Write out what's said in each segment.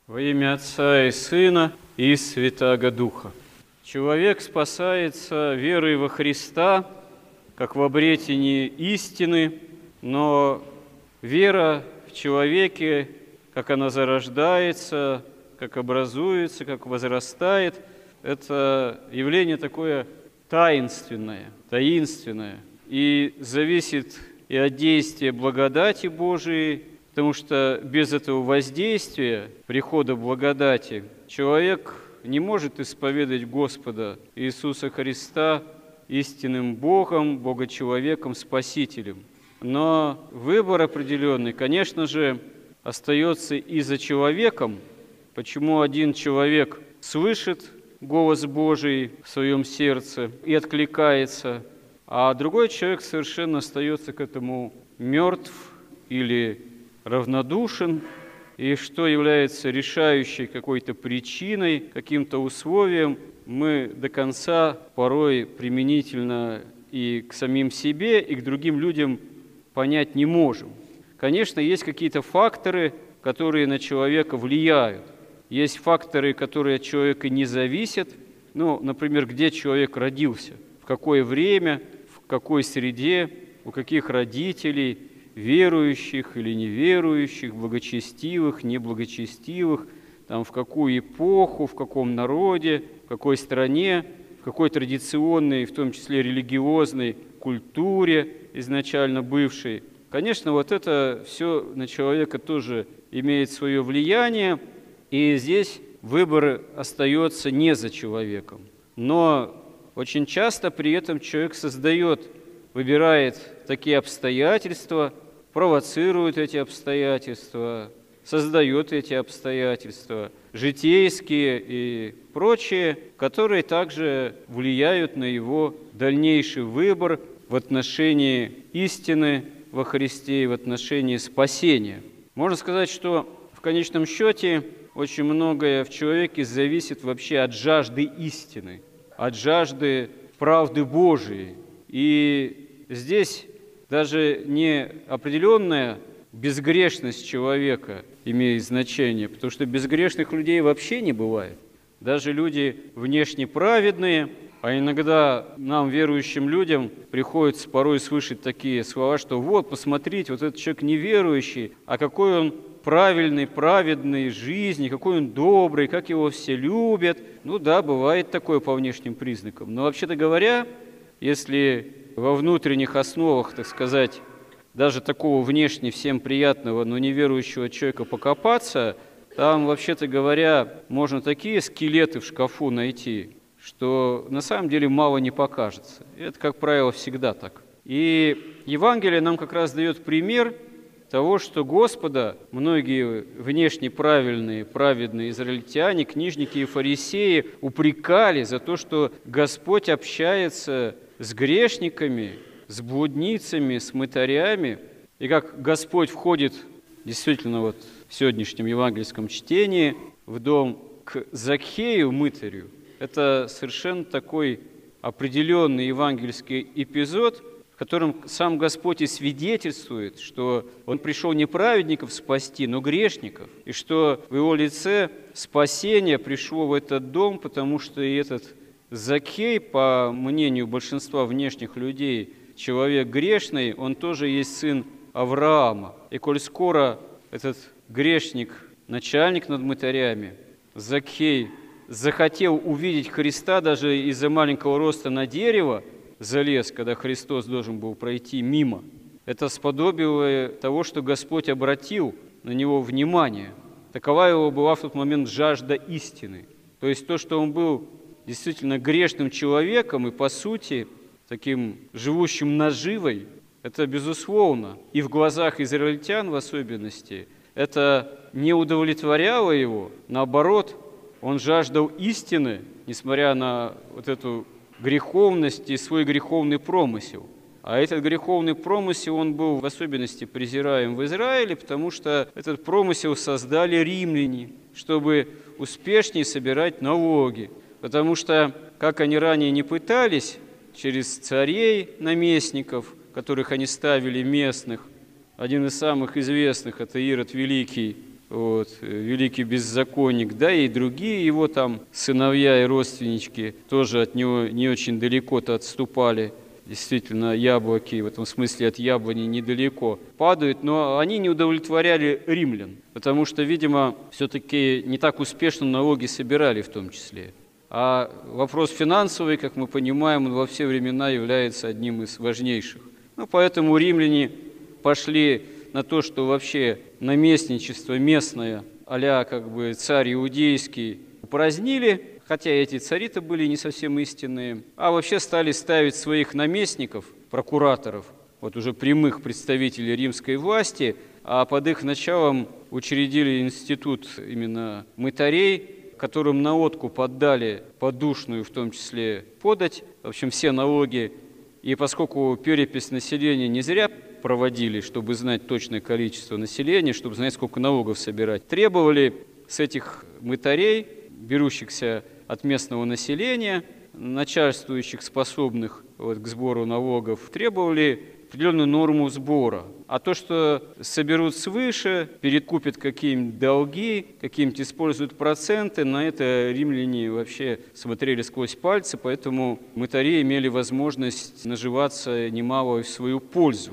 Во имя Отца и Сына и Святаго Духа. Человек спасается верой во Христа, как в обретении истины, но вера в человеке, как она зарождается, как образуется, как возрастает, это явление такое таинственное, и зависит и от действия благодати Божией, потому что без этого воздействия, прихода благодати, человек не может исповедать Господа Иисуса Христа истинным Богом, Богочеловеком, Спасителем. Но выбор определенный, конечно же, остается и за человеком. Почему один человек слышит голос Божий в своем сердце и откликается, а другой человек совершенно остается к этому мертв или равнодушен, и что является решающей какой-то причиной, каким-то условием, мы до конца порой применительно и к самим себе, и к другим людям понять не можем. Конечно, есть какие-то факторы, которые на человека влияют. Есть факторы, которые от человека не зависят. Например, где человек родился, в какое время, в какой среде, у каких родителей, верующих или неверующих, благочестивых, неблагочестивых, в какую эпоху, в каком народе, в какой стране, в какой традиционной, в том числе религиозной культуре изначально бывшей. Конечно, вот это все на человека тоже имеет свое влияние, и здесь выбор остается не за человеком. Но очень часто при этом человек выбирает такие обстоятельства, провоцирует эти обстоятельства, создает эти обстоятельства, житейские и прочие, которые также влияют на его дальнейший выбор в отношении истины во Христе и в отношении спасения. Можно сказать, что в конечном счете очень многое в человеке зависит вообще от жажды истины, от жажды правды Божией. И здесь даже не определенная безгрешность человека имеет значение, потому что безгрешных людей вообще не бывает. Даже люди внешне праведные, а иногда нам, верующим людям, приходится порой слышать такие слова, что вот, посмотрите, вот этот человек неверующий, а какой он правильный, праведный жизни, какой он добрый, как его все любят. Бывает такое по внешним признакам. Но вообще-то говоря, если во внутренних основах, так сказать, даже такого внешне всем приятного, но неверующего человека покопаться, там, вообще-то говоря, можно такие скелеты в шкафу найти, что на самом деле мало не покажется. И это, как правило, всегда так. И Евангелие нам как раз дает пример того, что Господа многие внешне праведные израильтяне, книжники и фарисеи упрекали за то, что Господь общается с грешниками, с блудницами, с мытарями. И как Господь входит действительно в сегодняшнем евангельском чтении в дом к Закхею, мытарю, это совершенно такой определенный евангельский эпизод, в котором сам Господь и свидетельствует, что Он пришел не праведников спасти, но грешников, и что в Его лице спасение пришло в этот дом, потому что и этот Закхей, по мнению большинства внешних людей, человек грешный, он тоже есть сын Авраама. И коль скоро этот грешник, начальник над мытарями, Закхей, захотел увидеть Христа, даже из-за маленького роста на дерево залез, когда Христос должен был пройти мимо. Это сподобило того, что Господь обратил на него внимание. Такова его была в тот момент жажда истины. То есть то, что он был действительно грешным человеком и, по сути, таким живущим наживой, это безусловно, и в глазах израильтян в особенности, это не удовлетворяло его, наоборот, он жаждал истины, несмотря на эту греховность и свой греховный промысел. А этот греховный промысел, он был в особенности презираем в Израиле, потому что этот промысел создали римляне, чтобы успешнее собирать налоги. Потому что, как они ранее не пытались, через царей, наместников, которых они ставили местных, один из самых известных – это Ирод Великий, великий беззаконник, да и другие его там сыновья и родственнички тоже от него не очень далеко-то отступали. Действительно, яблоки в этом смысле от яблони недалеко падают, но они не удовлетворяли римлян, потому что, видимо, все-таки не так успешно налоги собирали в том числе. А вопрос финансовый, как мы понимаем, он во все времена является одним из важнейших. Поэтому римляне пошли на то, что вообще наместничество местное, а-ля царь иудейский, упразднили, хотя эти цари-то были не совсем истинные, а вообще стали ставить своих наместников, прокураторов, уже прямых представителей римской власти, а под их началом учредили институт именно мытарей, которым на откуп отдали подушную, в том числе, подать, в общем, все налоги. И поскольку перепись населения не зря проводили, чтобы знать точное количество населения, чтобы знать, сколько налогов собирать, требовали с этих мытарей, берущихся от местного населения, начальствующих, способных к сбору налогов, требовали определенную норму сбора. А то, что соберут свыше, перекупят какие-нибудь долги, какие-нибудь используют проценты, на это римляне вообще смотрели сквозь пальцы, поэтому мытари имели возможность наживаться немало в свою пользу.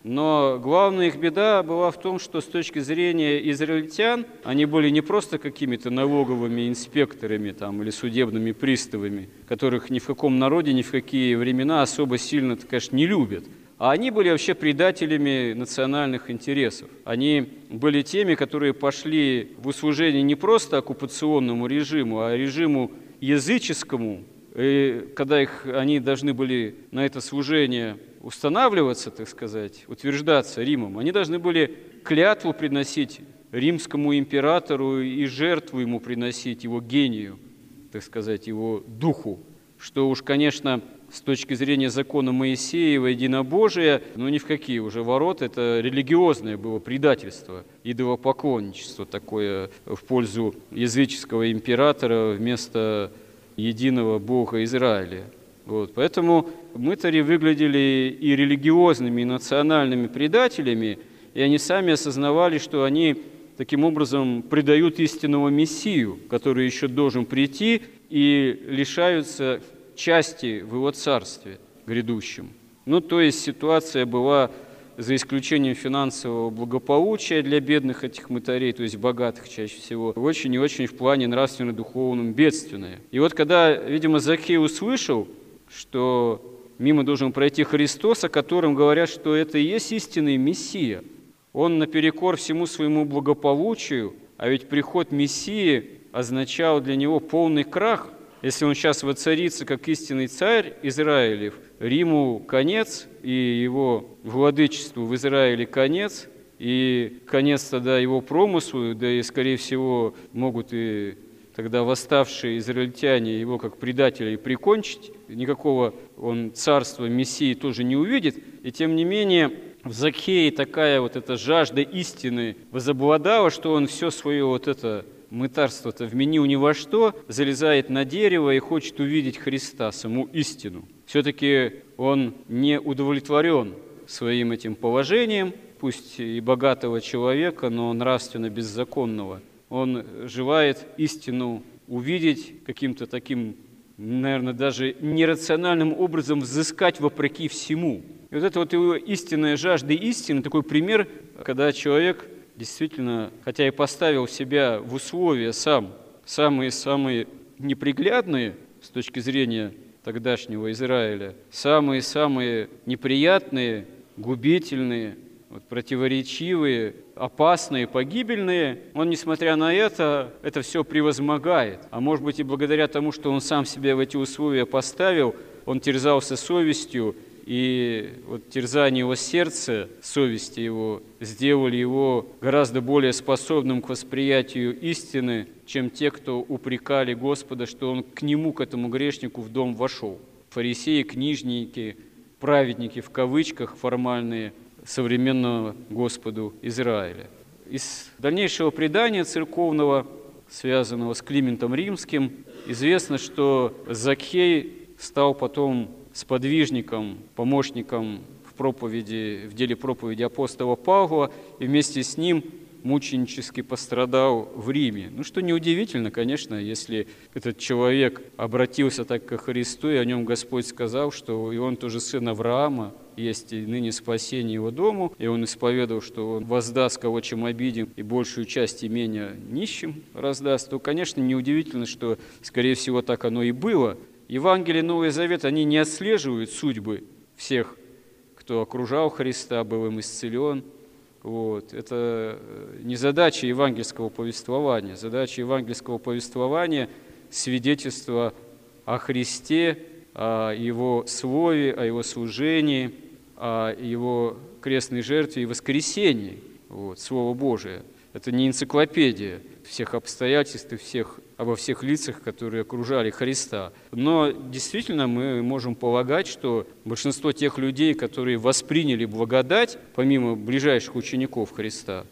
Но главная их беда была в том, что с точки зрения израильтян они были не просто какими-то налоговыми инспекторами или судебными приставами, которых ни в каком народе, ни в какие времена особо сильно, конечно, не любят. А они были вообще предателями национальных интересов. Они были теми, которые пошли в услужение не просто оккупационному режиму, а режиму языческому. И когда они должны были на это служение устанавливаться, так сказать, утверждаться Римом, они должны были клятву приносить римскому императору и жертву ему приносить, его гению, так сказать, его духу, что уж, конечно, с точки зрения закона Моисеева, единобожия, ни в какие уже ворота, это религиозное было предательство, идолопоклонничество такое в пользу языческого императора вместо единого Бога Израиля. Поэтому мытари выглядели и религиозными, и национальными предателями, и они сами осознавали, что они таким образом предают истинного Мессию, который еще должен прийти, и лишаются части в его царстве грядущем. То есть ситуация была, за исключением финансового благополучия для бедных этих мытарей, то есть богатых чаще всего, очень и очень в плане нравственно-духовном бедственная. И когда, видимо, Закхей услышал, что мимо должен пройти Христос, о котором говорят, что это и есть истинный Мессия, он наперекор всему своему благополучию, а ведь приход Мессии означал для него полный крах. Если он сейчас воцарится как истинный царь Израилев, Риму конец, и его владычеству в Израиле конец, и конец тогда его промыслу, да и, скорее всего, могут и тогда восставшие израильтяне его как предателя и прикончить. Никакого он царства Мессии тоже не увидит. И тем не менее в Закхее такая эта жажда истины возобладала, что он все свое это мытарство-то вменил ни во что, залезает на дерево и хочет увидеть Христа, саму истину. Все-таки он не удовлетворен своим этим положением, пусть и богатого человека, но нравственно беззаконного. Он желает истину увидеть каким-то таким, наверное, даже нерациональным образом взыскать вопреки всему. И это его истинная жажда истины, такой пример, когда человек действительно, хотя и поставил себя в условия самые-самые неприглядные с точки зрения тогдашнего Израиля, самые-самые неприятные, губительные, противоречивые, опасные, погибельные, он, несмотря на это все превозмогает. А может быть и благодаря тому, что он сам себя в эти условия поставил, он терзался совестью, и терзание его сердца, совести его, сделали его гораздо более способным к восприятию истины, чем те, кто упрекали Господа, что он к нему, к этому грешнику, в дом вошел. Фарисеи, книжники, праведники в кавычках формальные современного Господу Израиля. Из дальнейшего предания церковного, связанного с Климентом Римским, известно, что Закхей стал потом сподвижником, помощником в деле проповеди апостола Павла, и вместе с ним мученически пострадал в Риме. Ну, что неудивительно, конечно, если этот человек обратился так ко Христу, и о нем Господь сказал, что и он тоже сын Авраама, есть и ныне спасение его дому, и он исповедовал, что он воздаст кого чем обидим, и большую часть имения нищим раздаст, то, конечно, неудивительно, что, скорее всего, так оно и было. Евангелие Новый Завет, они не отслеживают судьбы всех, кто окружал Христа, был им исцелен. Вот. Это не задача евангельского повествования. Задача евангельского повествования – свидетельство о Христе, о Его Слове, о Его служении, о Его крестной жертве и воскресении. Вот. Слово Божие. Это не энциклопедия всех обстоятельств и обо всех лицах, которые окружали Христа. Но действительно мы можем полагать, что большинство тех людей, которые восприняли благодать, помимо ближайших учеников Христа,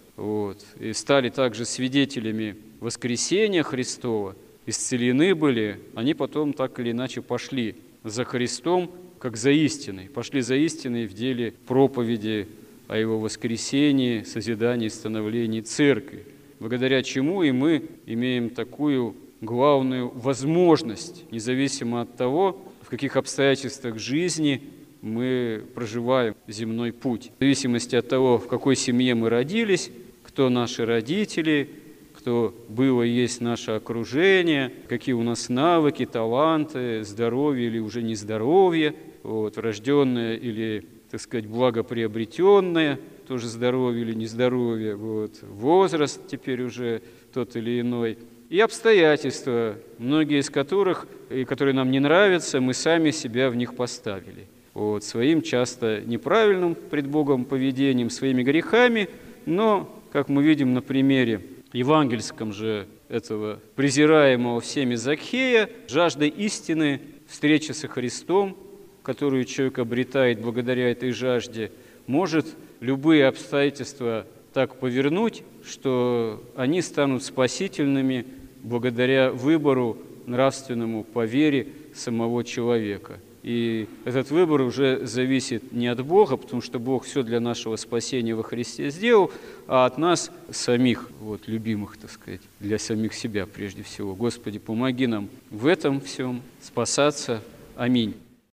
и стали также свидетелями воскресения Христова, исцелены были, они потом так или иначе пошли за Христом, как за истиной. Пошли за истиной в деле проповеди о Его воскресении, созидании, становлении Церкви, благодаря чему и мы имеем такую главную возможность, независимо от того, в каких обстоятельствах жизни мы проживаем земной путь. В зависимости от того, в какой семье мы родились, кто наши родители, кто было и есть наше окружение, какие у нас навыки, таланты, здоровье или уже нездоровье, врожденное или, так сказать, благоприобретенное, тоже здоровье или нездоровье, возраст теперь уже тот или иной, и обстоятельства, многие из которых, и которые нам не нравятся, мы сами себя в них поставили. Своим часто неправильным пред Богом поведением, своими грехами, но, как мы видим на примере евангельском же этого презираемого всеми Закхея, жаждой истины, встречи со Христом, которую человек обретает благодаря этой жажде, может любые обстоятельства так повернуть, что они станут спасительными благодаря выбору нравственному по вере самого человека. И этот выбор уже зависит не от Бога, потому что Бог все для нашего спасения во Христе сделал, а от нас самих, любимых, так сказать, для самих себя прежде всего. Господи, помоги нам в этом всем спасаться. Аминь.